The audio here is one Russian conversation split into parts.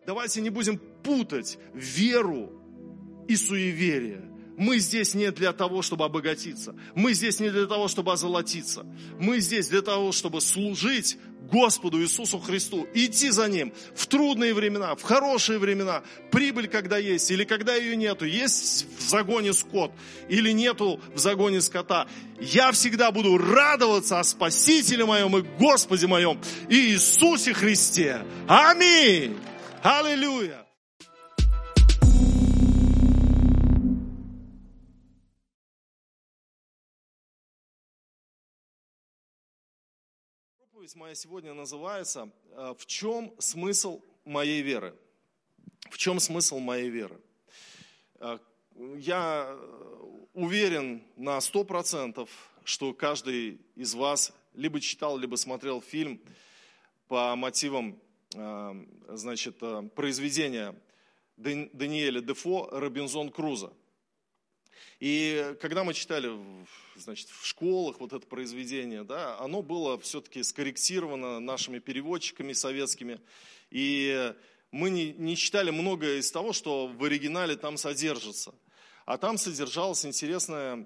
Давайте не будем путать веру и суеверие. Мы здесь не для того, чтобы обогатиться. Мы здесь не для того, чтобы озолотиться. Мы здесь для того, чтобы служить Господу Иисусу Христу. Идти за Ним в трудные времена, в хорошие времена. Прибыль, когда есть, или когда ее нету. Есть в загоне скот, или нету в загоне скота. Я всегда буду радоваться о Спасителе моем и Господе моем Иисусе Христе. Аминь! Аллилуйя! Проповедь моя сегодня называется «В чем смысл моей веры?» В чем смысл моей веры? Я уверен на 100%, что каждый из вас либо читал, либо смотрел фильм по мотивам произведения Даниэля Дефо «Робинзон Крузо». И когда мы читали в школах вот это произведение, да, оно было все-таки скорректировано нашими переводчиками советскими. И мы не читали многое из того, что в оригинале там содержится. А там содержался интересный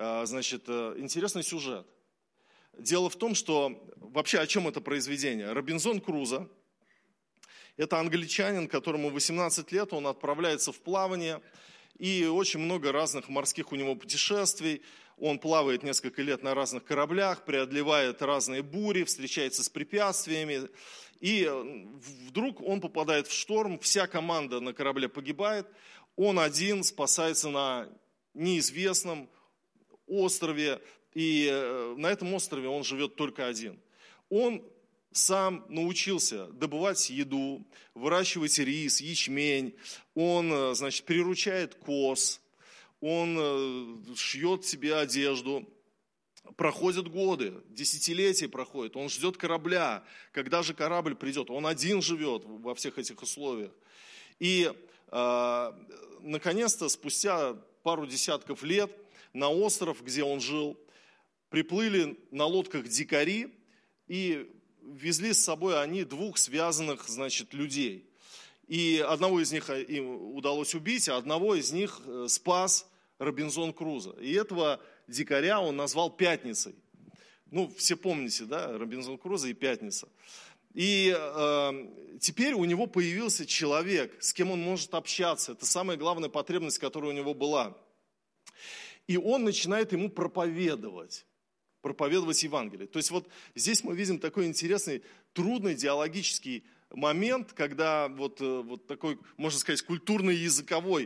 сюжет. Дело в том, что вообще о чем это произведение? Робинзон Крузо – это англичанин, которому 18 лет, он отправляется в плавание. И очень много разных морских у него путешествий. Он плавает несколько лет на разных кораблях, преодолевает разные бури, встречается с препятствиями. И вдруг он попадает в шторм, вся команда на корабле погибает. Он один спасается на неизвестном острове. И на этом острове он живет только один. Он сам научился добывать еду, выращивать рис, ячмень. Он, приручает коз, он шьет себе одежду. Проходят годы, десятилетия проходят, он ждет корабля. Когда же корабль придет? Он один живет во всех этих условиях. И, наконец-то, спустя пару десятков лет на остров, где он жил, приплыли на лодках дикари и везли с собой они двух связанных, людей. И одного из них им удалось убить, а одного из них спас Робинзон Крузо. И этого дикаря он назвал Пятницей. Все помните, да, Робинзон Крузо и Пятница. И теперь у него появился человек, с кем он может общаться. Это самая главная потребность, которая у него была. И он начинает ему проповедовать Евангелие. То есть вот здесь мы видим такой интересный, трудный диалогический момент, когда вот такой, можно сказать, культурно-языковой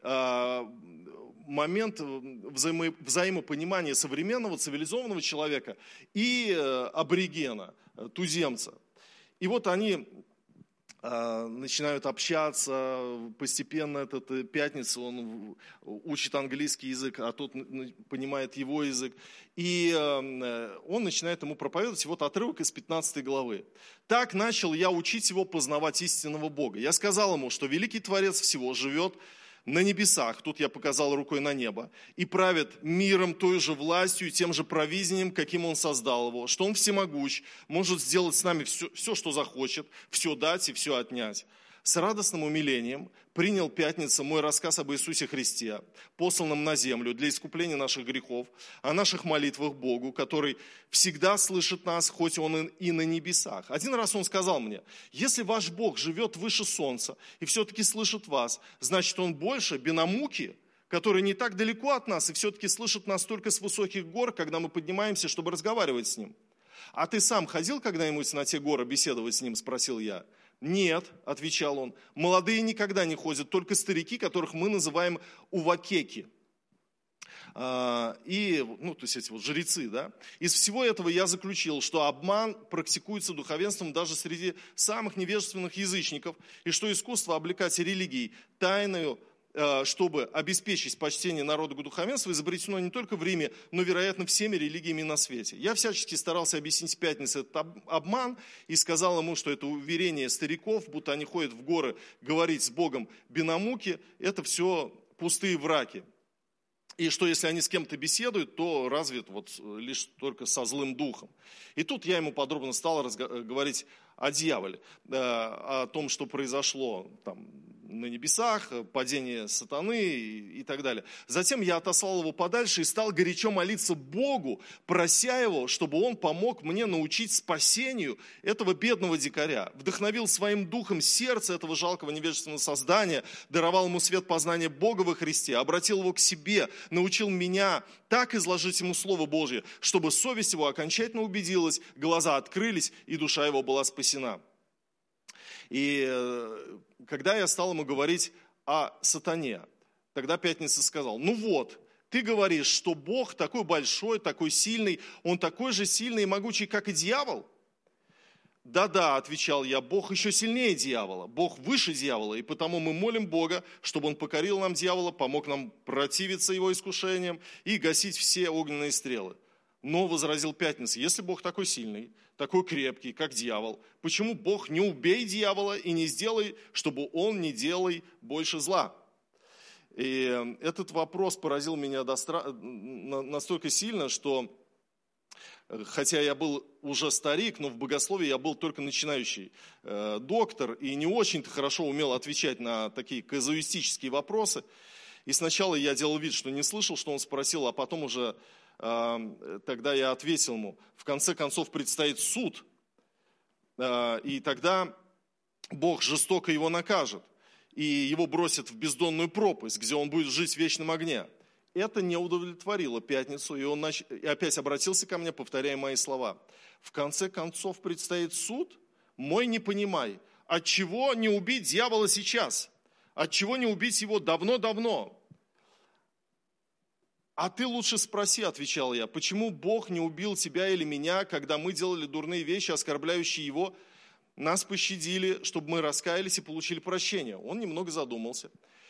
момент взаимопонимания современного цивилизованного человека и аборигена, туземца. И вот они начинают общаться, постепенно этот Пятница, он учит английский язык, а тот понимает его язык. И он начинает ему проповедовать, и вот отрывок из 15 главы. «Так начал я учить его познавать истинного Бога. Я сказал ему, что великий Творец всего живет на небесах», тут я показал рукой на небо, «и правит миром той же властью и тем же провидением, каким он создал его, что он всемогущ, может сделать с нами все, что захочет, все дать и все отнять». С радостным умилением принял Пятница мой рассказ об Иисусе Христе, посланном на землю для искупления наших грехов, о наших молитвах Богу, который всегда слышит нас, хоть он и на небесах. Один раз он сказал мне: если ваш Бог живет выше солнца и все-таки слышит вас, значит он больше Бенамуки, который не так далеко от нас и все-таки слышит нас только с высоких гор, когда мы поднимаемся, чтобы разговаривать с ним. «А ты сам ходил когда-нибудь на те горы беседовать с ним?» – спросил я. «Нет», – отвечал он, – «молодые никогда не ходят, только старики, которых мы называем увакеки». То есть эти вот жрецы, да. Из всего этого я заключил, что обман практикуется духовенством даже среди самых невежественных язычников, и что искусство облекать религией тайною, чтобы обеспечить почтение народа к духовенству, изобретено не только в Риме, но, вероятно, всеми религиями на свете. Я всячески старался объяснить Пятнице этот обман и сказал ему, что это уверение стариков, будто они ходят в горы говорить с Богом Бенамуки, это все пустые враки. И что если они с кем-то беседуют, то разве лишь только со злым духом. И тут я ему подробно стал говорить о дьяволе, о том, что произошло там на небесах, падение сатаны и так далее. Затем я отослал его подальше и стал горячо молиться Богу, прося его, чтобы он помог мне научить спасению этого бедного дикаря. Вдохновил своим духом сердце этого жалкого невежественного создания, даровал ему свет познания Бога во Христе, обратил его к себе, научил меня так изложить ему Слово Божье, чтобы совесть его окончательно убедилась, глаза открылись и душа его была спасена. И когда я стал ему говорить о сатане, тогда Пятница сказал: ну вот, ты говоришь, что Бог такой большой, такой сильный, Он такой же сильный и могучий, как и дьявол? Да-да, отвечал я, Бог еще сильнее дьявола, Бог выше дьявола, и потому мы молим Бога, чтобы Он покорил нам дьявола, помог нам противиться его искушениям и гасить все огненные стрелы. Но, возразил Пятница, если Бог такой сильный, такой крепкий, как дьявол, почему Бог не убей дьявола и не сделай, чтобы он не делай больше зла? И этот вопрос поразил меня настолько сильно, что, хотя я был уже старик, но в богословии я был только начинающий доктор и не очень-то хорошо умел отвечать на такие казуистические вопросы. И сначала я делал вид, что не слышал, что он спросил, а потом уже тогда я ответил ему: в конце концов предстоит суд, и тогда Бог жестоко его накажет, и его бросят в бездонную пропасть, где он будет жить в вечном огне. Это не удовлетворило Пятницу, и он опять обратился ко мне, повторяя мои слова. В конце концов предстоит суд? Мой не понимай, отчего не убить дьявола сейчас? Отчего не убить его давно-давно? А ты лучше спроси, отвечал я, почему Бог не убил тебя или меня, когда мы делали дурные вещи, оскорбляющие Его? Нас пощадили, чтобы мы раскаялись и получили прощение. Он немного задумался.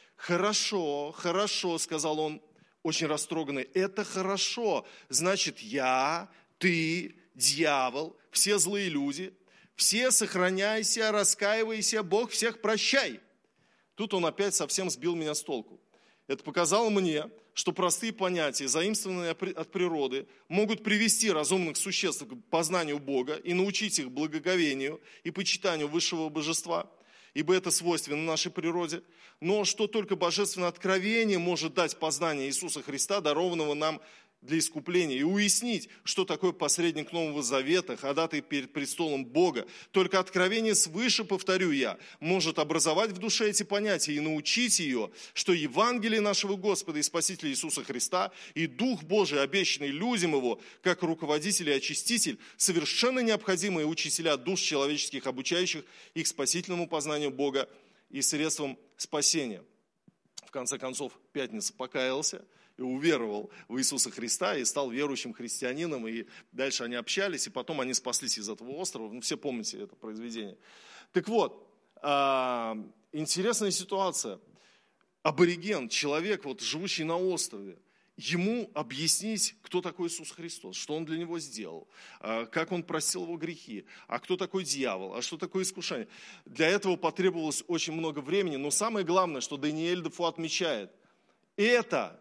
Хорошо, сказал он, очень растроганный. Это хорошо. Значит, я, ты, дьявол, все злые люди, все сохраняйся, раскаивайся, Бог всех прощай. Тут он опять совсем сбил меня с толку. Это показало мне, что простые понятия, заимствованные от природы, могут привести разумных существ к познанию Бога и научить их благоговению и почитанию высшего божества, ибо это свойственно нашей природе. Но что только божественное откровение может дать познание Иисуса Христа, дарованного нам для искупления, и уяснить, что такое посредник Нового Завета, ходатай перед престолом Бога. Только откровение свыше, повторю я, может образовать в душе эти понятия и научить ее, что Евангелие нашего Господа и Спасителя Иисуса Христа и Дух Божий, обещанный людям Его, как руководитель и очиститель, совершенно необходимые учителя душ человеческих, обучающих их спасительному познанию Бога и средством спасения. В конце концов, Пятница покаялся и уверовал в Иисуса Христа и стал верующим христианином, и дальше они общались, и потом они спаслись из этого острова. Ну, все помните это произведение. Так вот, интересная ситуация. Абориген, человек, вот, живущий на острове, ему объяснить, кто такой Иисус Христос, что Он для него сделал, как Он простил его грехи, а кто такой дьявол, а что такое искушение. Для этого потребовалось очень много времени, но самое главное, что Даниэль Дефо отмечает, это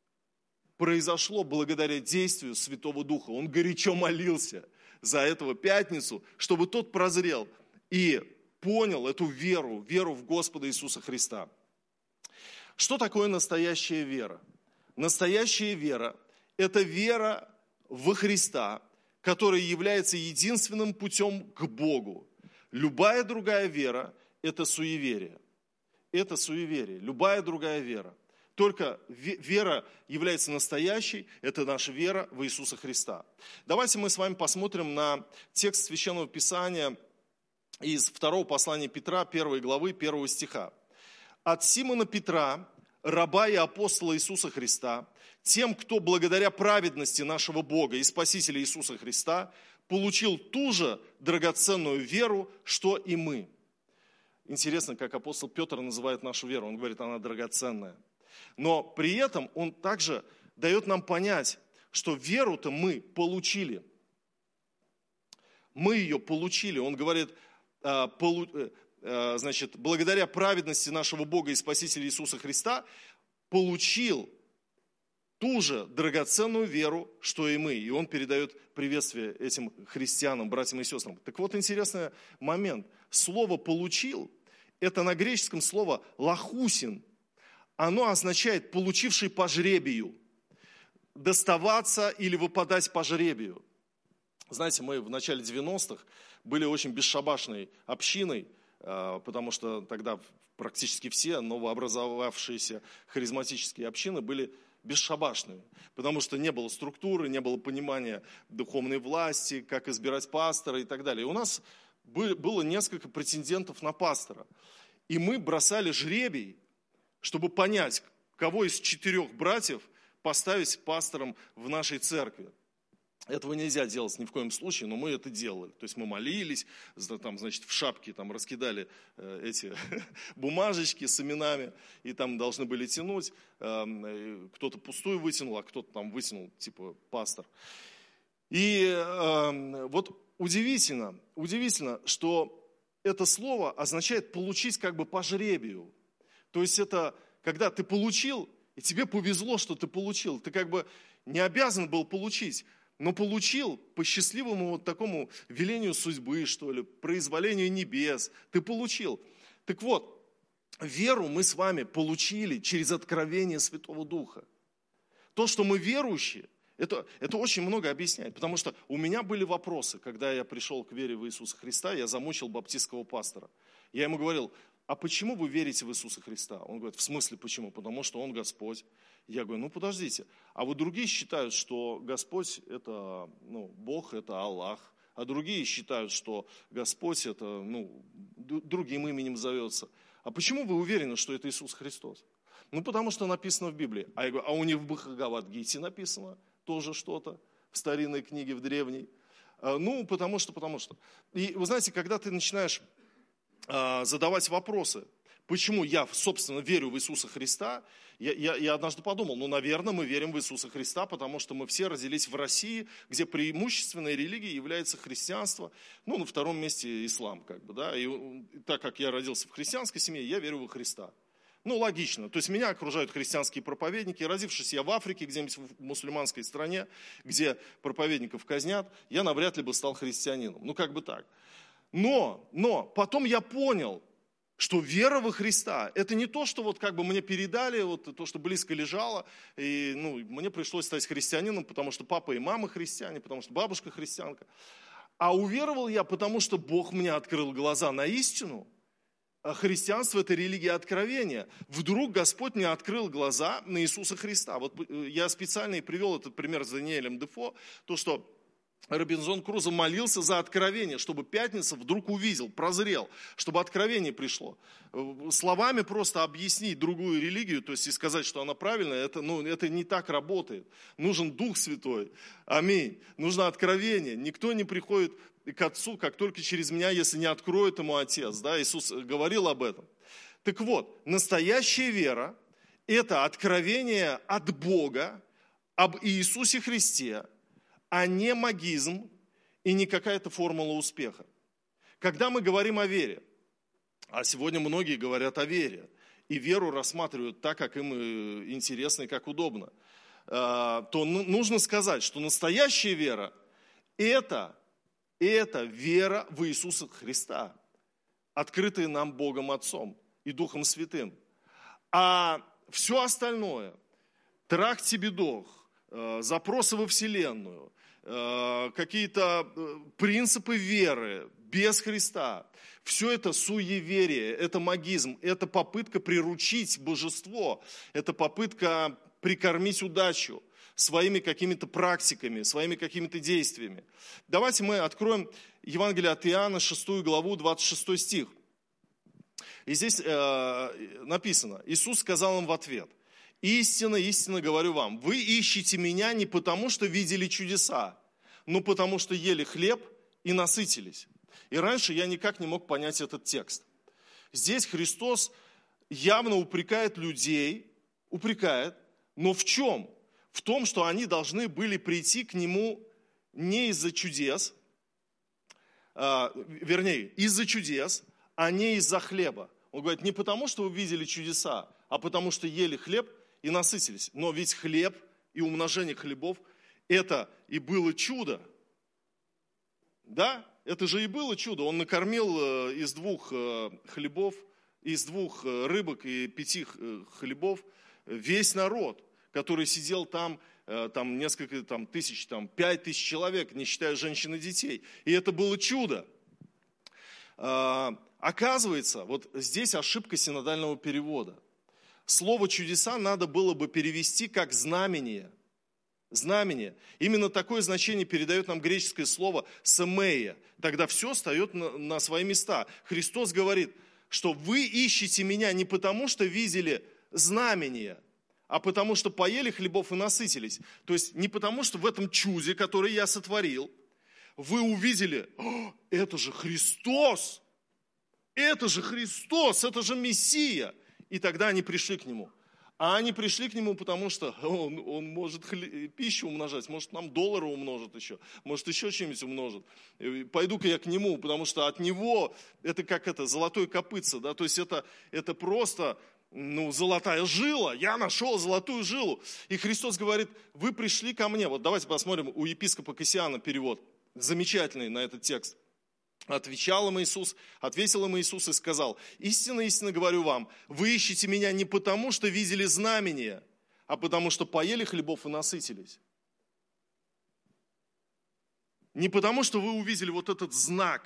произошло благодаря действию Святого Духа. Он горячо молился за этого Пятницу, чтобы тот прозрел и понял эту веру в Господа Иисуса Христа. Что такое настоящая вера? Настоящая вера – это вера во Христа, которая является единственным путем к Богу. Любая другая вера – это суеверие. Это суеверие, любая другая вера. Только вера является настоящей, это наша вера в Иисуса Христа. Давайте мы с вами посмотрим на текст Священного Писания из 2 послания Петра, 1 главы, 1 стиха. «От Симона Петра, раба и апостола Иисуса Христа, тем, кто благодаря праведности нашего Бога и Спасителя Иисуса Христа получил ту же драгоценную веру, что и мы». Интересно, как апостол Петр называет нашу веру. Он говорит, она драгоценная. Но при этом он также дает нам понять, что веру-то мы получили. Мы ее получили. Он говорит, значит, благодаря праведности нашего Бога и Спасителя Иисуса Христа получил ту же драгоценную веру, что и мы. И он передает приветствие этим христианам, братьям и сестрам. Так вот, интересный момент. Слово «получил» – это на греческом слово «лахусин». Оно означает «получивший по жребию», доставаться или выпадать по жребию. Знаете, мы в начале 90-х были очень бесшабашной общиной, потому что тогда практически все новообразовавшиеся харизматические общины были бесшабашные, потому что не было структуры, не было понимания духовной власти, как избирать пастора и так далее. И у нас было несколько претендентов на пастора. И мы бросали жребий, чтобы понять, кого из 4 братьев поставить пастором в нашей церкви. Этого нельзя делать ни в коем случае, но мы это делали. То есть мы молились, там, значит, в шапке там, раскидали эти бумажечки с именами, и там должны были тянуть. Кто-то пустую вытянул, а кто-то там вытянул, типа пастор. И вот удивительно, что это слово означает получить как бы по жребию. То есть это когда ты получил, и тебе повезло, что ты получил. Ты как бы не обязан был получить, но получил по счастливому вот такому велению судьбы, что ли, произволению небес. Ты получил. Так вот, веру мы с вами получили через откровение Святого Духа. То, что мы верующие, это очень много объясняет. Потому что у меня были вопросы, когда я пришел к вере в Иисуса Христа, я замучил баптистского пастора. Я ему говорил: а почему вы верите в Иисуса Христа? Он говорит: в смысле почему? Потому что Он Господь. Я говорю: ну подождите, а вот другие считают, что Господь это Бог, это Аллах, а другие считают, что Господь это другим именем зовется. А почему вы уверены, что это Иисус Христос? Ну потому что написано в Библии. А я говорю: а у них в Бхагавад-гите написано тоже что-то, в старинной книге, в древней. Потому что. И вы знаете, когда ты начинаешь задавать вопросы, почему я, собственно, верю в Иисуса Христа, я однажды подумал: наверное, мы верим в Иисуса Христа, потому что мы все родились в России, где преимущественной религией является христианство, на 2-м месте ислам, как бы, да, и так как я родился в христианской семье, я верю во Христа. Логично, то есть меня окружают христианские проповедники, родившись я в Африке, где-нибудь в мусульманской стране, где проповедников казнят, я навряд ли бы стал христианином, как бы так. Но потом я понял, что вера во Христа – это не то, что вот как бы мне передали, вот то, что близко лежало, и мне пришлось стать христианином, потому что папа и мама христиане, потому что бабушка христианка. А уверовал я, потому что Бог мне открыл глаза на истину. А христианство – это религия откровения. Вдруг Господь мне открыл глаза на Иисуса Христа. Вот я специально и привел этот пример с Даниэлем Дефо, то, что Робинзон Крузо молился за откровение, чтобы Пятница вдруг увидел, прозрел, чтобы откровение пришло. Словами просто объяснить другую религию, то есть и сказать, что она правильная, это не так работает. Нужен Дух Святой. Аминь. Нужно откровение. Никто не приходит к Отцу, как только через меня, если не откроет ему Отец. Да? Иисус говорил об этом. Так вот, настоящая вера – это откровение от Бога об Иисусе Христе, а не магизм и не какая-то формула успеха. Когда мы говорим о вере, а сегодня многие говорят о вере, и веру рассматривают так, как им интересно и как удобно, то нужно сказать, что настоящая вера – это вера в Иисуса Христа, открытая нам Богом Отцом и Духом Святым. А все остальное – трах-тебедох, запросы во Вселенную, какие-то принципы веры без Христа. Все это суеверие, это магизм, это попытка приручить божество, это попытка прикормить удачу своими какими-то практиками, своими какими-то действиями. Давайте мы откроем Евангелие от Иоанна, 6 главу, 26 стих. И здесь написано: Иисус сказал им в ответ: истинно, истинно говорю вам, вы ищете меня не потому, что видели чудеса, но потому, что ели хлеб и насытились. И раньше я никак не мог понять этот текст. Здесь Христос явно упрекает людей, но в чем? В том, что они должны были прийти к Нему не из-за чудес, из-за чудес, а не из-за хлеба. Он говорит, не потому, что вы видели чудеса, а потому, что ели хлеб и насытились. Но ведь хлеб и умножение хлебов, это и было чудо. Да, это же и было чудо. Он накормил из 2 хлебов, из 2 рыбок и 5 хлебов весь народ, который сидел там несколько тысяч, 5000 человек, не считая женщин и детей. И это было чудо. Оказывается, вот здесь ошибка синодального перевода. Слово «чудеса» надо было бы перевести как «знамение». Знамение. Именно такое значение передает нам греческое слово «семея». Тогда все встает на свои места. Христос говорит, что вы ищете меня не потому, что видели знамение, а потому, что поели хлебов и насытились. То есть не потому, что в этом чуде, которое я сотворил, вы увидели, это же Христос, это же Христос, это же Мессия. И тогда они пришли к Нему. А они пришли к Нему, потому что Он может пищу умножать, может нам доллары умножит еще, может еще что-нибудь умножит. Пойду-ка я к Нему, потому что от Него, это как золотое копытце, да, то есть это просто золотая жила, я нашел золотую жилу. И Христос говорит, вы пришли ко мне. Вот давайте посмотрим у епископа Кассиана перевод, замечательный на этот текст. Ответил им Иисус и сказал, истинно, истинно говорю вам, вы ищете меня не потому, что видели знамения, а потому, что поели хлебов и насытились. Не потому, что вы увидели вот этот знак,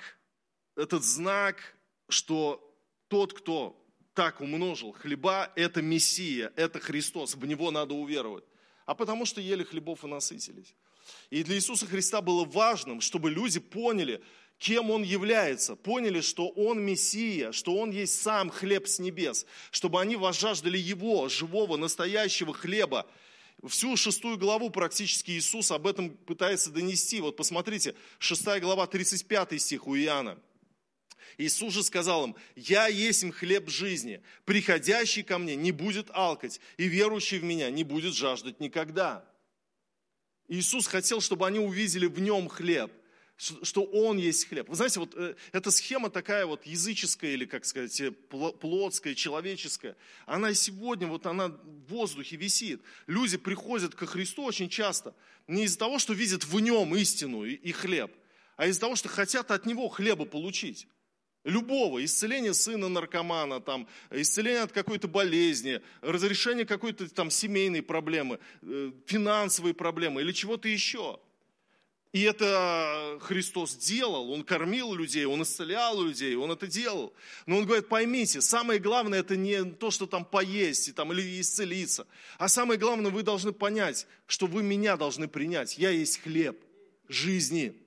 что тот, кто так умножил хлеба, это Мессия, это Христос, в Него надо уверовать, а потому, что ели хлебов и насытились. И для Иисуса Христа было важным, чтобы люди поняли, кем Он является, поняли, что Он Мессия, что Он есть сам хлеб с небес, чтобы они возжаждали Его, живого, настоящего хлеба. Всю 6 главу практически Иисус об этом пытается донести. Вот посмотрите, 6 глава, 35 стих у Иоанна. Иисус же сказал им, «Я есть хлеб жизни, приходящий ко мне не будет алкать, и верующий в меня не будет жаждать никогда». Иисус хотел, чтобы они увидели в Нем хлеб, что Он есть хлеб. Вы знаете, вот эта схема такая вот языческая или, как сказать, плотская, человеческая, она и сегодня, вот она в воздухе висит. Люди приходят ко Христу очень часто не из-за того, что видят в Нем истину и хлеб, а из-за того, что хотят от Него хлеба получить. Любого, исцеление сына наркомана, исцеление от какой-то болезни, разрешение какой-то семейной проблемы, финансовой проблемы или чего-то еще. И это Христос делал, Он кормил людей, Он исцелял людей, Он это делал. Но Он говорит, поймите, самое главное это не то, что поесть или исцелиться, а самое главное вы должны понять, что вы меня должны принять. Я есть хлеб жизни.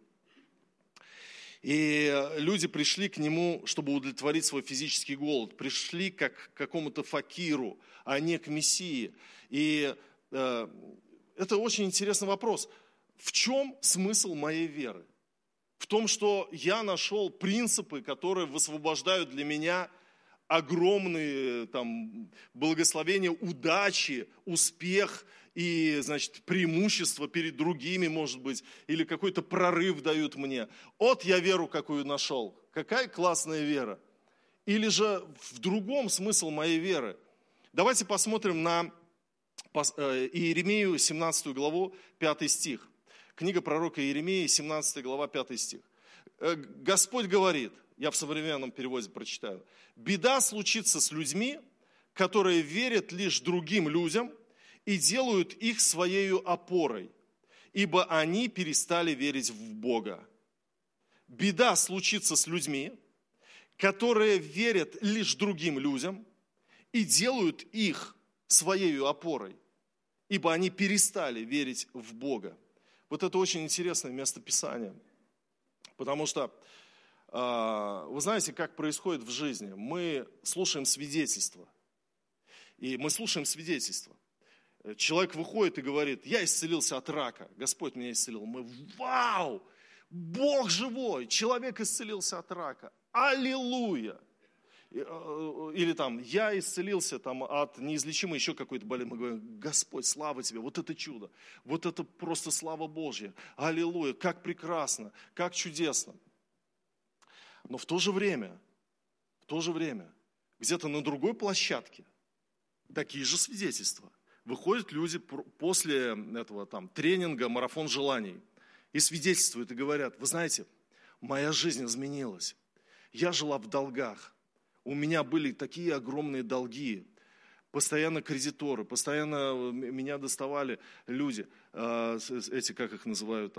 И люди пришли к Нему, чтобы удовлетворить свой физический голод, пришли как к какому-то факиру, а не к Мессии. И это очень интересный вопрос. В чем смысл моей веры? В том, что я нашел принципы, которые высвобождают для меня огромные благословения, удачи, успех и, преимущество перед другими, может быть, или какой-то прорыв дают мне. Вот я веру какую нашел. Какая классная вера. Или же в другом смысл моей веры. Давайте посмотрим на Иеремию 17 главу, 5 стих. Книга пророка Иеремии, 17 глава, 5 стих. Господь говорит, я в современном переводе прочитаю, «Беда случится с людьми, которые верят лишь другим людям и делают их своей опорой, ибо они перестали верить в Бога». Беда случится с людьми, которые верят лишь другим людям и делают их своей опорой, ибо они перестали верить в Бога. Вот это очень интересное местописание, потому что вы знаете, как происходит в жизни. Мы слушаем свидетельства. И мы слушаем свидетельства. Человек выходит и говорит, я исцелился от рака, Господь меня исцелил. Мы, вау, Бог живой, человек исцелился от рака, аллилуйя. Или я исцелился от неизлечимой еще какой-то болезни. Мы говорим, Господь, слава Тебе, вот это чудо, вот это просто слава Божья, аллилуйя, как прекрасно, как чудесно. Но в то же время, где-то на другой площадке такие же свидетельства. выходят люди после этого тренинга «Марафон желаний» и свидетельствуют, и говорят: вы знаете, моя жизнь изменилась. Я жила в долгах, у меня были такие огромные долги, постоянно кредиторы, постоянно меня доставали люди, эти, как их называют,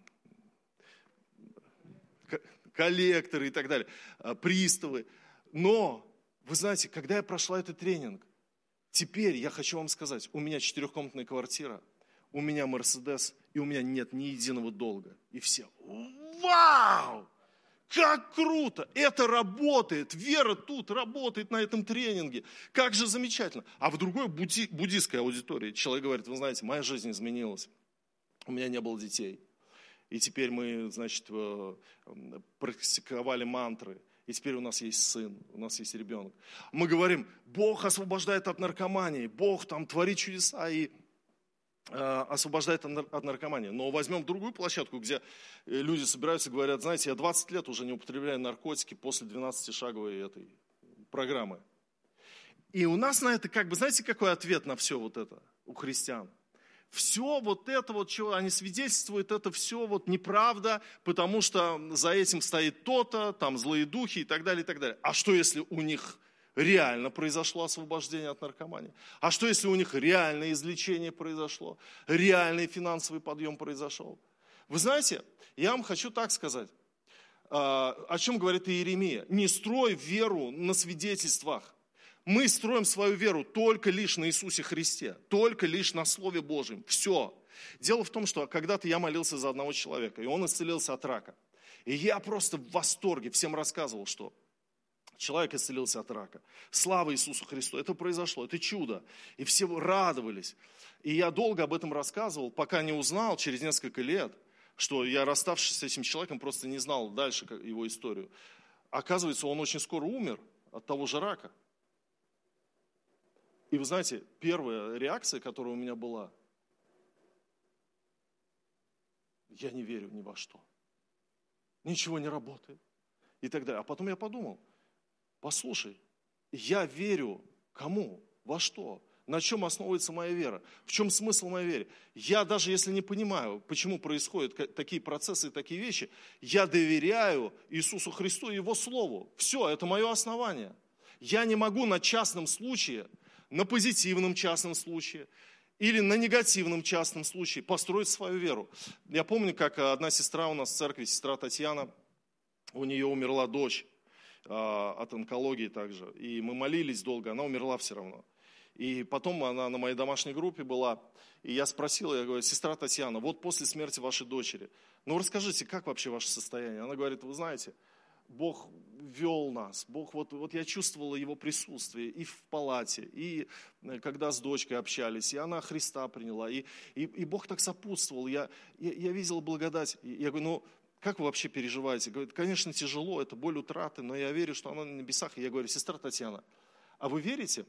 коллекторы и так далее, приставы. Но, вы знаете, когда я прошла этот тренинг, теперь я хочу вам сказать, у меня 4-комнатная квартира, у меня Мерседес, и у меня нет ни единого долга. И все: вау! Как круто! Это работает! Вера тут работает на этом тренинге. Как же замечательно! А в другой буддийской аудитории человек говорит: вы знаете, моя жизнь изменилась. У меня не было детей. И теперь мы, практиковали мантры. И теперь у нас есть сын, у нас есть ребенок. Мы говорим: Бог освобождает от наркомании, Бог творит чудеса и освобождает от наркомании. Но возьмем другую площадку, где люди собираются и говорят: знаете, я 20 лет уже не употребляю наркотики после 12-шаговой этой программы. И у нас на это знаете, какой ответ на все вот это у христиан? Все вот это, что они свидетельствуют, это все неправда, потому что за этим стоит то-то, злые духи и так далее, и так далее. А что, если у них реально произошло освобождение от наркомании? А что, если у них реальное излечение произошло? Реальный финансовый подъем произошел? Вы знаете, я вам хочу так сказать, о чем говорит Иеремия. Не строй веру на свидетельствах. Мы строим свою веру только лишь на Иисусе Христе, только лишь на Слове Божьем. Все. Дело в том, что когда-то я молился за одного человека, и он исцелился от рака. И я просто в восторге всем рассказывал, что человек исцелился от рака. Слава Иисусу Христу! Это произошло, это чудо. И все радовались. И я долго об этом рассказывал, пока не узнал через несколько лет, что я, расставшись с этим человеком, просто не знал дальше его историю. Оказывается, он очень скоро умер от того же рака. И вы знаете, первая реакция, которая у меня была: я не верю ни во что. Ничего не работает. И так далее. А потом я подумал: послушай, я верю кому? Во что? На чем основывается моя вера? В чем смысл моей веры? Я даже если не понимаю, почему происходят такие процессы и такие вещи, я доверяю Иисусу Христу и Его Слову. Все, это мое основание. Я не могу на частном случае, на позитивном частном случае или на негативном частном случае построить свою веру. Я помню, как одна сестра у нас в церкви, сестра Татьяна, у нее умерла дочь от онкологии также. И мы молились долго, она умерла все равно. И потом она на моей домашней группе была, и я спросил, я говорю: сестра Татьяна, вот после смерти вашей дочери, расскажите, как вообще ваше состояние? Она говорит: вы знаете, Бог вел нас, Бог, вот я чувствовала Его присутствие и в палате, и когда с дочкой общались, и она Христа приняла, и Бог так сопутствовал, я видел благодать. Я говорю: как вы вообще переживаете? Говорит: конечно, тяжело, это боль утраты, но я верю, что она на небесах. И я говорю: сестра Татьяна, а вы верите,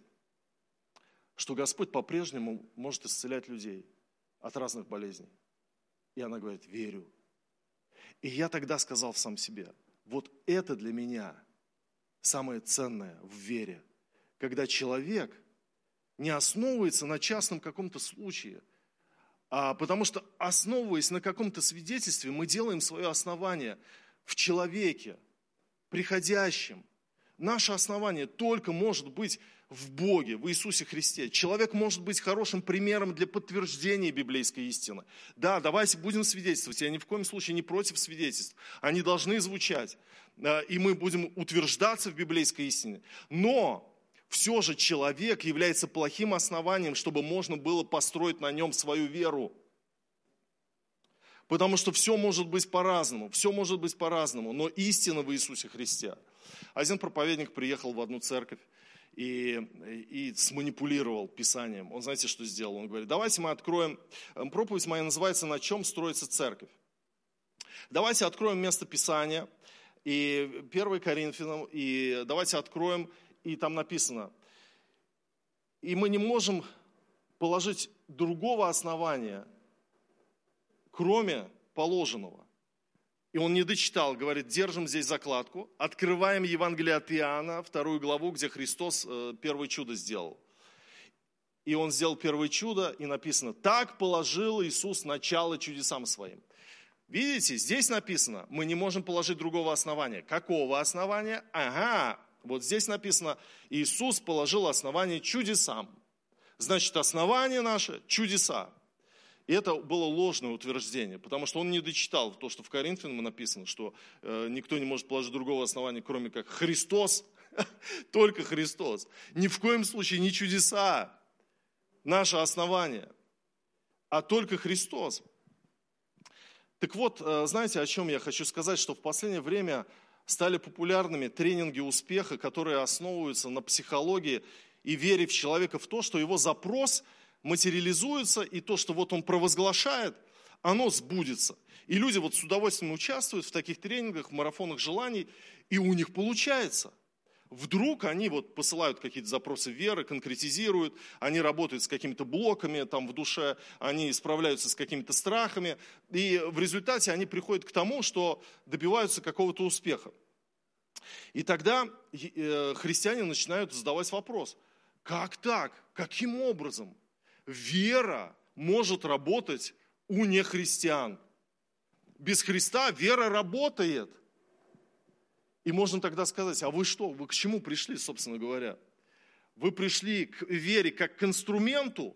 что Господь по-прежнему может исцелять людей от разных болезней? И она говорит: верю. И я тогда сказал сам себе: вот это для меня самое ценное в вере, когда человек не основывается на частном каком-то случае, потому что, основываясь на каком-то свидетельстве, мы делаем свое основание в человеке, приходящем. Наше основание только может быть в Боге, в Иисусе Христе. Человек может быть хорошим примером для подтверждения библейской истины. Да, давайте будем свидетельствовать. Я ни в коем случае не против свидетельств. Они должны звучать. И мы будем утверждаться в библейской истине. Но все же человек является плохим основанием, чтобы можно было построить на нем свою веру. Потому что все может быть по-разному. Все может быть по-разному. Но истина в Иисусе Христе. Один проповедник приехал в одну церковь и сманипулировал Писанием. Он, знаете, что сделал? Он говорит: давайте мы откроем, проповедь моя называется «На чем строится церковь». Давайте откроем место Писания, и 1 Коринфянам, и давайте откроем, и там написано: и мы не можем положить другого основания, кроме положенного. И он не дочитал, говорит: держим здесь закладку, открываем Евангелие от Иоанна, 2 главу, где Христос первое чудо сделал. и он сделал первое чудо, и написано, так положил Иисус начало чудесам своим. Видите, здесь написано, мы не можем положить другого основания. Какого основания? Ага, вот здесь написано, Иисус положил основание чудесам. Значит, основание наше – чудеса. И это было ложное утверждение, потому что он не дочитал то, что в Коринфянам написано, что никто не может положить другого основания, кроме как Христос, только Христос. Ни в коем случае не чудеса наше основание, а только Христос. Так вот, знаете, о чем я хочу сказать, что в последнее время стали популярными тренинги успеха, которые основываются на психологии и вере в человека, в то, что его запрос материализуется, и то, что вот он провозглашает, оно сбудется. И люди вот с удовольствием участвуют в таких тренингах, в марафонах желаний, и у них получается. Вдруг они вот посылают какие-то запросы веры, конкретизируют, они работают с какими-то блоками там в душе, они справляются с какими-то страхами, и в результате они приходят к тому, что добиваются какого-то успеха. И тогда христиане начинают задавать вопрос, как так, каким образом вера может работать у нехристиан? Без Христа вера работает. И можно тогда сказать, а вы что, вы к чему пришли, собственно говоря? Вы пришли к вере как к инструменту?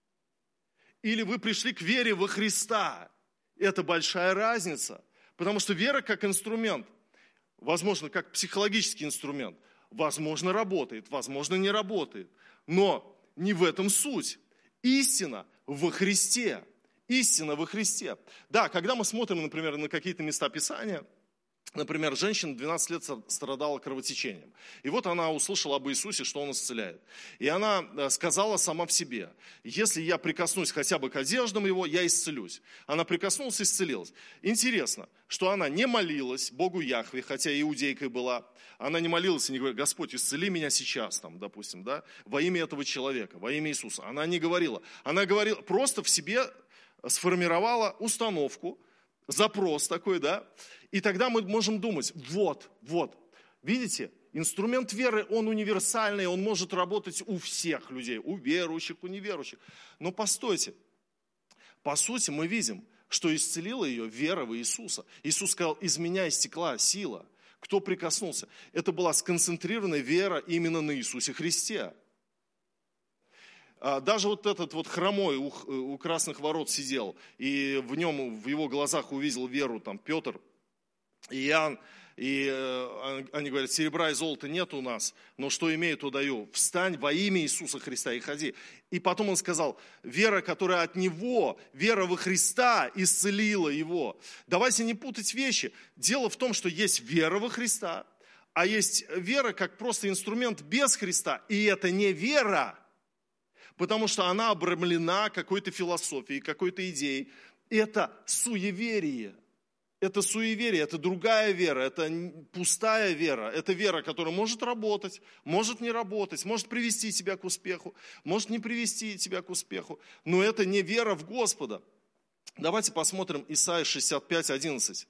Или вы пришли к вере во Христа? Это большая разница. Потому что вера как инструмент, возможно, как психологический инструмент, возможно, работает, возможно, не работает. Но не в этом суть. Истина во Христе. Истина во Христе. Да, когда мы смотрим, например, на какие-то места Писания, например, женщина 12 лет страдала кровотечением. И вот она услышала об Иисусе, что Он исцеляет. И она сказала сама в себе, если я прикоснусь хотя бы к одеждам Его, я исцелюсь. Она прикоснулась и исцелилась. Интересно, что она не молилась Богу Яхве, хотя иудейкой была. Она не молилась и не говорила, Господь, исцели меня сейчас, там, допустим, да, во имя этого человека, во имя Иисуса. Она не говорила. Она говорила, просто в себе сформировала установку, запрос такой, да, и тогда мы можем думать, вот, видите, инструмент веры, он универсальный, он может работать у всех людей, у верующих, у неверующих. Но постойте, по сути мы видим, что исцелила ее вера в Иисуса. Иисус сказал, из меня истекла сила. Кто прикоснулся? Это была сконцентрированная вера именно на Иисусе Христе. Даже вот этот вот хромой у красных ворот сидел, и в нем, в его глазах увидел веру там Петр и Иоанн, и они говорят, серебра и золота нет у нас, но что имею, то даю. Встань во имя Иисуса Христа и ходи. И потом он сказал, вера, которая от Него, вера во Христа исцелила его. Давайте не путать вещи. Дело в том, что есть вера во Христа, а есть вера как просто инструмент без Христа, и это не вера. Потому что она обрамлена какой-то философией, какой-то идеей. Это суеверие. Это суеверие, это другая вера, это пустая вера. Это вера, которая может работать, может не работать, может привести тебя к успеху, может не привести тебя к успеху. Но это не вера в Господа. Давайте посмотрим Исайя 65:11.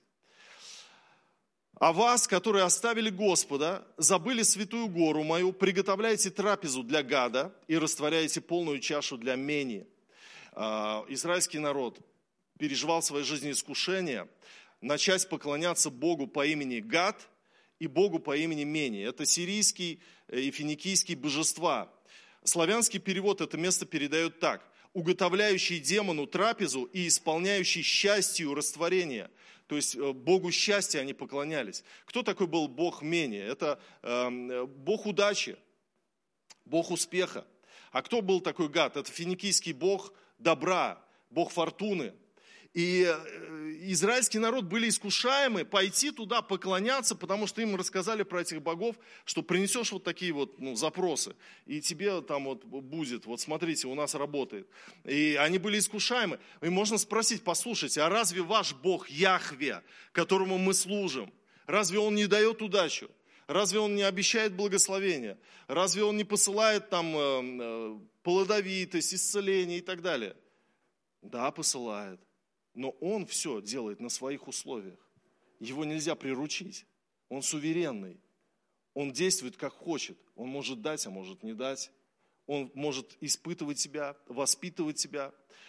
«А вас, которые оставили Господа, забыли святую гору мою, приготовляете трапезу для гада и растворяете полную чашу для мени». Израильский народ переживал в своей жизни искушение начать поклоняться Богу по имени Гад и Богу по имени Мени. Это сирийский и финикийские божества. Славянский перевод это место передает так. «Уготовляющий демону трапезу и исполняющий счастью растворение». То есть Богу счастья они поклонялись. Кто такой был Бог Мени? Это Бог удачи, Бог успеха. А кто был такой Гад? Это финикийский Бог добра, Бог фортуны. И израильский народ были искушаемы пойти туда поклоняться, потому что им рассказали про этих богов, что принесешь вот такие вот запросы, и тебе там вот будет, вот смотрите, у нас работает. И они были искушаемы. И можно спросить, послушайте, а разве ваш Бог Яхве, которому мы служим, разве Он не дает удачу? Разве Он не обещает благословения? Разве Он не посылает там плодовитость, исцеление и так далее? Да, посылает. Но Он все делает на своих условиях. Его нельзя приручить. Он суверенный. Он действует как хочет. Он может дать, а может не дать. Он может испытывать тебя, воспитывать тебя,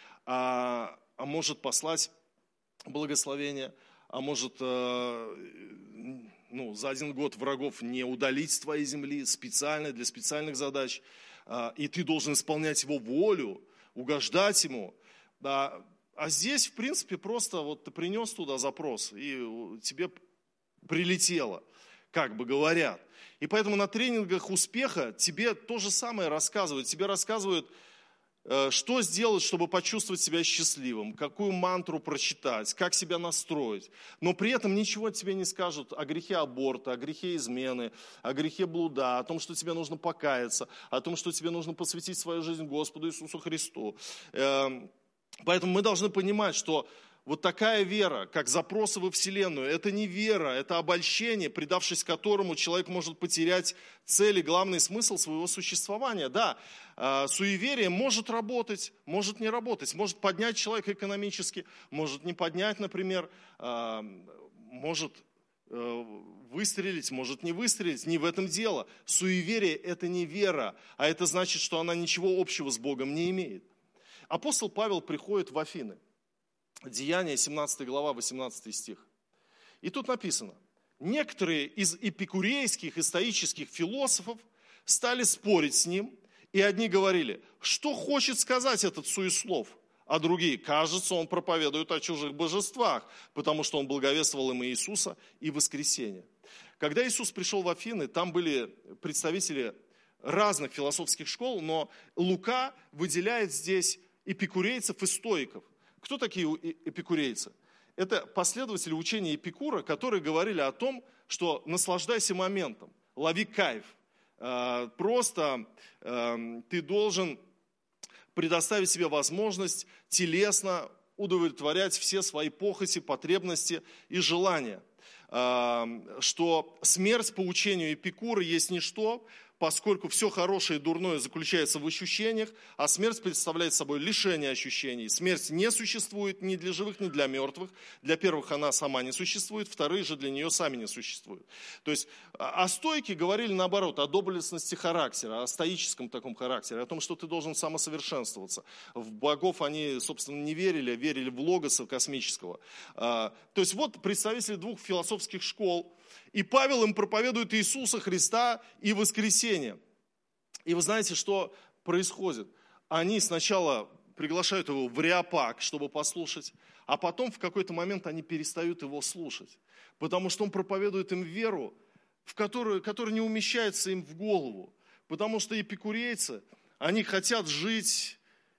может послать благословение, может за 1 год врагов не удалить с твоей земли специально для специальных задач. И ты должен исполнять его волю, угождать ему. А здесь, в принципе, просто вот ты принес туда запрос, и тебе прилетело, как бы говорят. И поэтому на тренингах успеха тебе то же самое рассказывают. Тебе рассказывают, что сделать, чтобы почувствовать себя счастливым, какую мантру прочитать, как себя настроить. Но при этом ничего тебе не скажут о грехе аборта, о грехе измены, о грехе блуда, о том, что тебе нужно покаяться, о том, что тебе нужно посвятить свою жизнь Господу Иисусу Христу. Поэтому мы должны понимать, что вот такая вера, как запросы во Вселенную, это не вера, это обольщение, предавшись которому человек может потерять цель и главный смысл своего существования. Да, суеверие может работать, может не работать, может поднять человека экономически, может не поднять, например, может выстрелить, может не выстрелить, не в этом дело. Суеверие – это не вера, а это значит, что она ничего общего с Богом не имеет. Апостол Павел приходит в Афины. Деяния, 17 глава, 18 стих. И тут написано: некоторые из эпикурейских и стоических философов стали спорить с ним, и одни говорили: что хочет сказать этот суеслов? А другие: кажется, он проповедует о чужих божествах, потому что он благовествовал им Иисуса и воскресение. Когда Иисус пришел в Афины, там были представители разных философских школ, но Лука выделяет здесь эпикурейцев и стоиков. Кто такие эпикурейцы? Это последователи учения Эпикура, которые говорили о том, что наслаждайся моментом, лови кайф. Просто ты должен предоставить себе возможность телесно удовлетворять все свои похоти, потребности и желания. Что смерть по учению Эпикура есть ничто, поскольку все хорошее и дурное заключается в ощущениях, а смерть представляет собой лишение ощущений. Смерть не существует ни для живых, ни для мертвых. Для первых она сама не существует, вторые же для нее сами не существуют. То есть, стойки говорили наоборот, о доблестности характера, о стоическом таком характере, о том, что ты должен самосовершенствоваться. В богов они, собственно, не верили, а верили в логоса космического. То есть, вот представители двух философских школ. И Павел им проповедует Иисуса Христа и воскресение. И вы знаете, что происходит? Они сначала приглашают его в Ареопаг, чтобы послушать, а потом в какой-то момент они перестают его слушать. Потому что он проповедует им веру, которая не умещается им в голову. Потому что эпикурейцы, они хотят жить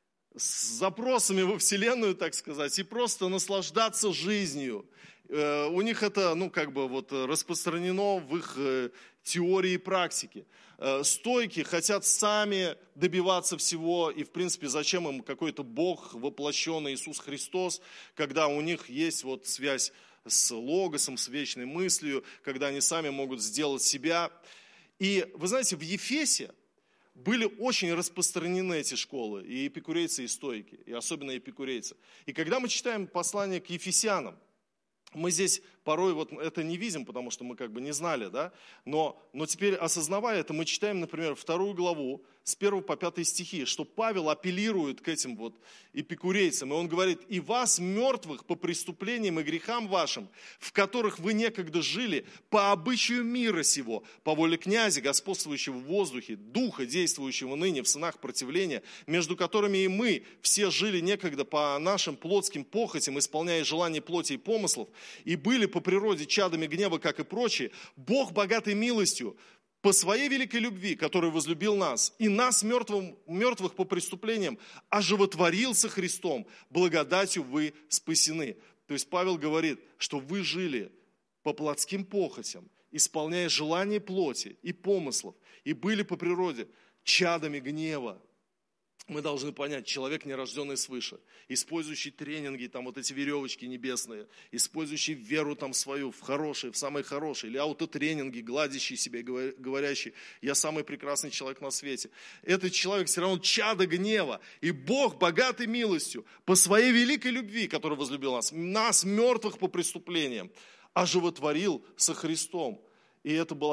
с запросами во Вселенную, так сказать, и просто наслаждаться жизнью. У них это, распространено в их теории и практике. Стойки хотят сами добиваться всего, и, в принципе, зачем им какой-то Бог, воплощенный Иисус Христос, когда у них есть связь с логосом, с вечной мыслью, когда они сами могут сделать себя. И, вы знаете, в Ефесе были очень распространены эти школы, и эпикурейцы, и стойки, и особенно эпикурейцы. И когда мы читаем послание к Ефесянам, мы здесь порой это не видим, потому что мы не знали, да? Но теперь, осознавая это, мы читаем, например, 2 главу с 1 по 5 стихи, что Павел апеллирует к этим эпикурейцам, и он говорит: «И вас, мертвых, по преступлениям и грехам вашим, в которых вы некогда жили, по обычаю мира сего, по воле князя, господствующего в воздухе, духа, действующего ныне в сынах противления, между которыми и мы все жили некогда по нашим плотским похотям, исполняя желания плоти и помыслов, и были по природе чадами гнева, как и прочие, Бог, богатый милостью, по своей великой любви, который возлюбил нас, и нас, мертвых по преступлениям, оживотворился Христом, благодатью вы спасены». То есть Павел говорит, что вы жили по плотским похотям, исполняя желания плоти и помыслов, и были по природе чадами гнева. Мы должны понять, человек, не рожденный свыше, использующий тренинги, эти веревочки небесные, использующий веру свою в хорошее, в самое хорошее, или аутотренинги, гладящий себя, говорящий: «Я самый прекрасный человек на свете». Этот человек все равно чадо гнева, и Бог, богатый милостью, по своей великой любви, который возлюбил нас, мертвых по преступлениям, оживотворил со Христом. И это была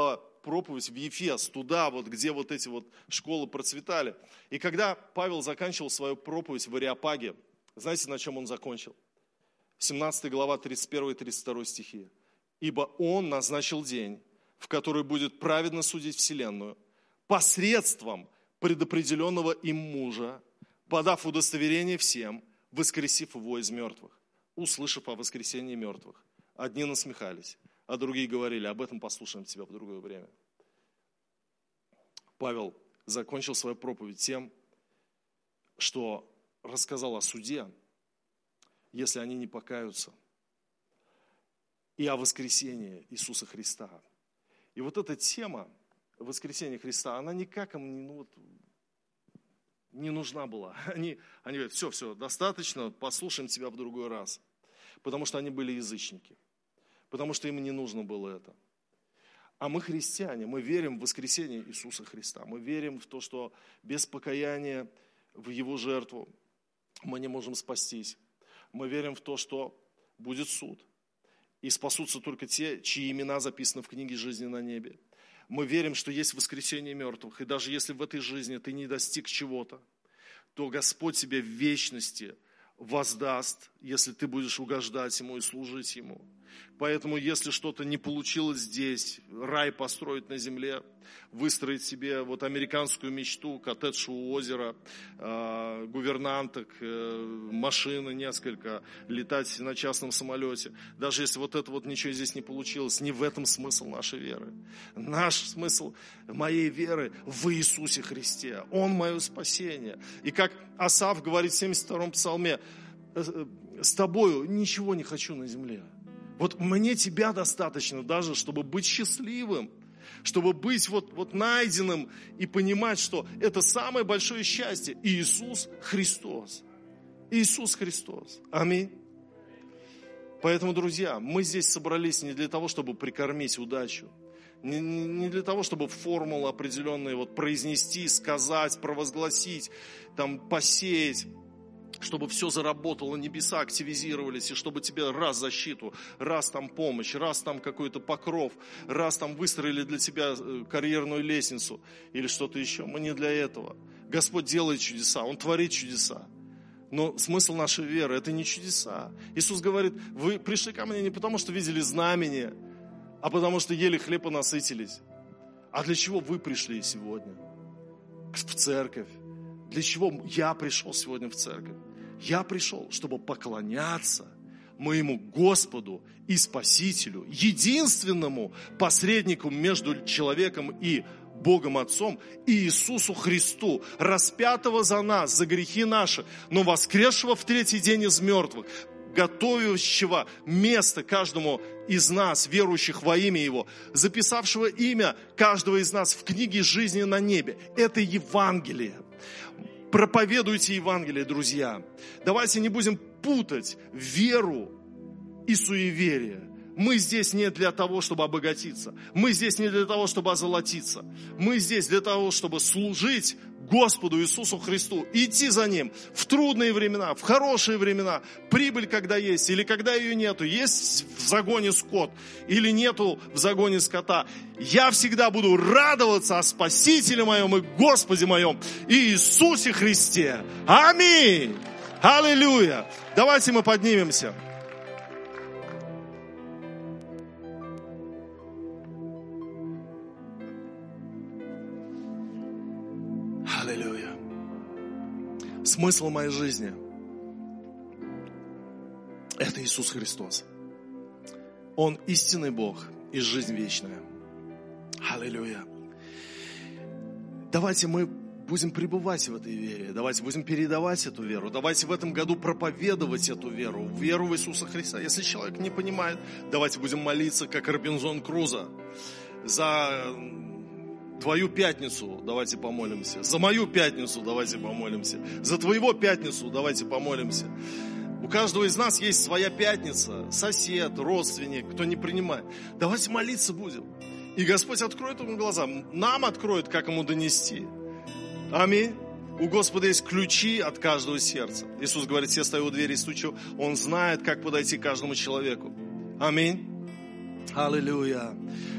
проповедь в Ефес, туда, вот, где вот эти вот школы процветали. И когда Павел заканчивал свою проповедь в Ареопаге, знаете, на чем он закончил? 17 глава, 31 и 32 стихи. «Ибо он назначил день, в который будет праведно судить вселенную, посредством предопределенного им мужа, подав удостоверение всем, воскресив его из мертвых». Услышав о воскресении мертвых, одни насмехались, а другие говорили: об этом послушаем тебя в другое время. Павел закончил свою проповедь тем, что рассказал о суде, если они не покаются, и о воскресении Иисуса Христа. И вот эта тема воскресения Христа, она никак им не нужна была. Они говорят: все, достаточно, послушаем тебя в другой раз. Потому что они были язычники. Потому что им не нужно было это. А мы христиане, мы верим в воскресение Иисуса Христа. Мы верим в то, что без покаяния в Его жертву мы не можем спастись. Мы верим в то, что будет суд. И спасутся только те, чьи имена записаны в книге жизни на небе. Мы верим, что есть воскресение мертвых. И даже если в этой жизни ты не достиг чего-то, то Господь тебе в вечности воздаст, если ты будешь угождать Ему и служить Ему. Поэтому, если что-то не получилось здесь, рай построить на земле, выстроить себе вот американскую мечту, коттедж у озера, гувернанток, машины несколько, летать на частном самолете. Даже если вот это вот ничего здесь не получилось, не в этом смысл нашей веры. Наш смысл моей веры в Иисусе Христе. Он мое спасение. И как Асаф говорит в 72-м псалме: с тобою ничего не хочу на земле. Вот мне тебя достаточно даже, чтобы быть счастливым, чтобы быть вот найденным и понимать, что это самое большое счастье. Иисус Христос. Иисус Христос. Аминь. Поэтому, друзья, мы здесь собрались не для того, чтобы прикормить удачу, не для того, чтобы формулы определенные вот произнести, сказать, провозгласить, там, посеять, чтобы все заработало, небеса активизировались, и чтобы тебе раз защиту, раз там помощь, раз там какой-то покров, раз там выстроили для тебя карьерную лестницу или что-то еще. Мы не для этого. Господь делает чудеса, Он творит чудеса. Но смысл нашей веры – это не чудеса. Иисус говорит: вы пришли ко мне не потому, что видели знамения, а потому что ели хлеб и насытились. А для чего вы пришли сегодня в церковь? Для чего я пришел сегодня в церковь? Я пришел, чтобы поклоняться моему Господу и Спасителю, единственному посреднику между человеком и Богом Отцом, Иисусу Христу, распятого за нас, за грехи наши, но воскресшего в третий день из мертвых, готовящего место каждому из нас, верующих во имя Его, записавшего имя каждого из нас в книге жизни на небе. Это Евангелие. Проповедуйте Евангелие, друзья. Давайте не будем путать веру и суеверие. Мы здесь не для того, чтобы обогатиться. Мы здесь не для того, чтобы озолотиться. Мы здесь для того, чтобы служить Господу Иисусу Христу, идти за Ним в трудные времена, в хорошие времена, прибыль когда есть или когда ее нету, есть в загоне скот или нету в загоне скота. Я всегда буду радоваться о Спасителе моем и Господе моем Иисусе Христе. Аминь! Аллилуйя! Давайте мы поднимемся. Аллилуйя. Смысл моей жизни – это Иисус Христос. Он истинный Бог и жизнь вечная. Аллилуйя. Давайте мы будем пребывать в этой вере. Давайте будем передавать эту веру. Давайте в этом году проповедовать эту веру. Веру в Иисуса Христа. Если человек не понимает, давайте будем молиться, как Робинзон Крузо, за твою пятницу давайте помолимся. За мою пятницу давайте помолимся. За твоего пятницу давайте помолимся. У каждого из нас есть своя пятница. Сосед, родственник, кто не принимает. Давайте молиться будем. И Господь откроет ему глаза. Нам откроет, как ему донести. Аминь. У Господа есть ключи от каждого сердца. Иисус говорит: я стою у двери и стучу. Он знает, как подойти к каждому человеку. Аминь. Аллилуйя.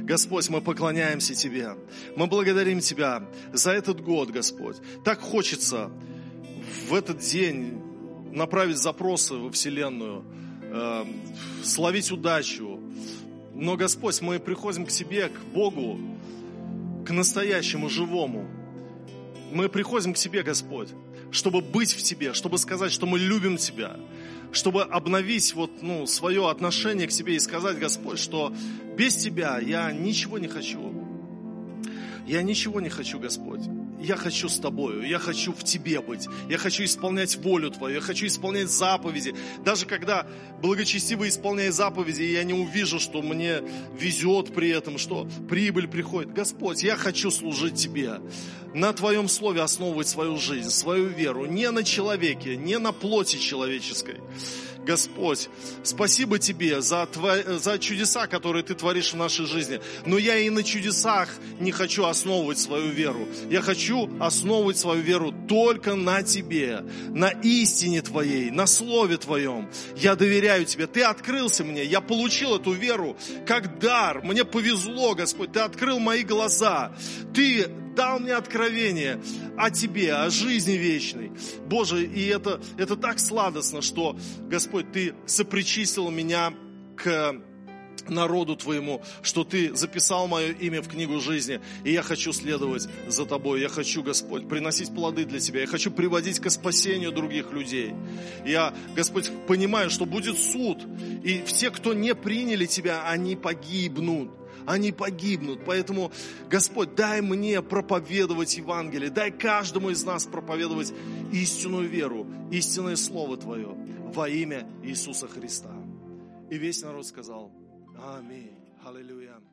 Господь, мы поклоняемся Тебе. Мы благодарим Тебя за этот год, Господь. Так хочется в этот день направить запросы во Вселенную, словить удачу. Но, Господь, мы приходим к Тебе, к Богу, к настоящему, живому. Мы приходим к Тебе, Господь, чтобы быть в Тебе, чтобы сказать, что мы любим Тебя, чтобы обновить свое отношение к Тебе и сказать, Господь, что без Тебя я ничего не хочу. Я ничего не хочу, Господь. Я хочу с Тобою, я хочу в Тебе быть, я хочу исполнять волю Твою, я хочу исполнять заповеди. Даже когда благочестиво исполняю заповеди, я не увижу, что мне везет при этом, что прибыль приходит. Господь, я хочу служить Тебе, на Твоем Слове основывать свою жизнь, свою веру, не на человеке, не на плоти человеческой. Господь, спасибо Тебе за чудеса, которые Ты творишь в нашей жизни. Но я и на чудесах не хочу основывать свою веру. Я хочу основывать свою веру только на Тебе, на истине Твоей, на Слове Твоем. Я доверяю Тебе. Ты открылся мне. Я получил эту веру как дар. Мне повезло, Господь. Ты открыл мои глаза. Ты дал мне откровение о Тебе, о жизни вечной. Боже, и это так сладостно, что, Господь, Ты сопричислил меня к народу Твоему, что Ты записал мое имя в книгу жизни, и я хочу следовать за Тобой. Я хочу, Господь, приносить плоды для Тебя. Я хочу приводить к спасению других людей. Я, Господь, понимаю, что будет суд, и все, кто не приняли Тебя, они погибнут. Они погибнут. Поэтому, Господь, дай мне проповедовать Евангелие. Дай каждому из нас проповедовать истинную веру, истинное Слово Твое во имя Иисуса Христа. И весь народ сказал: Аминь. Аллилуйя.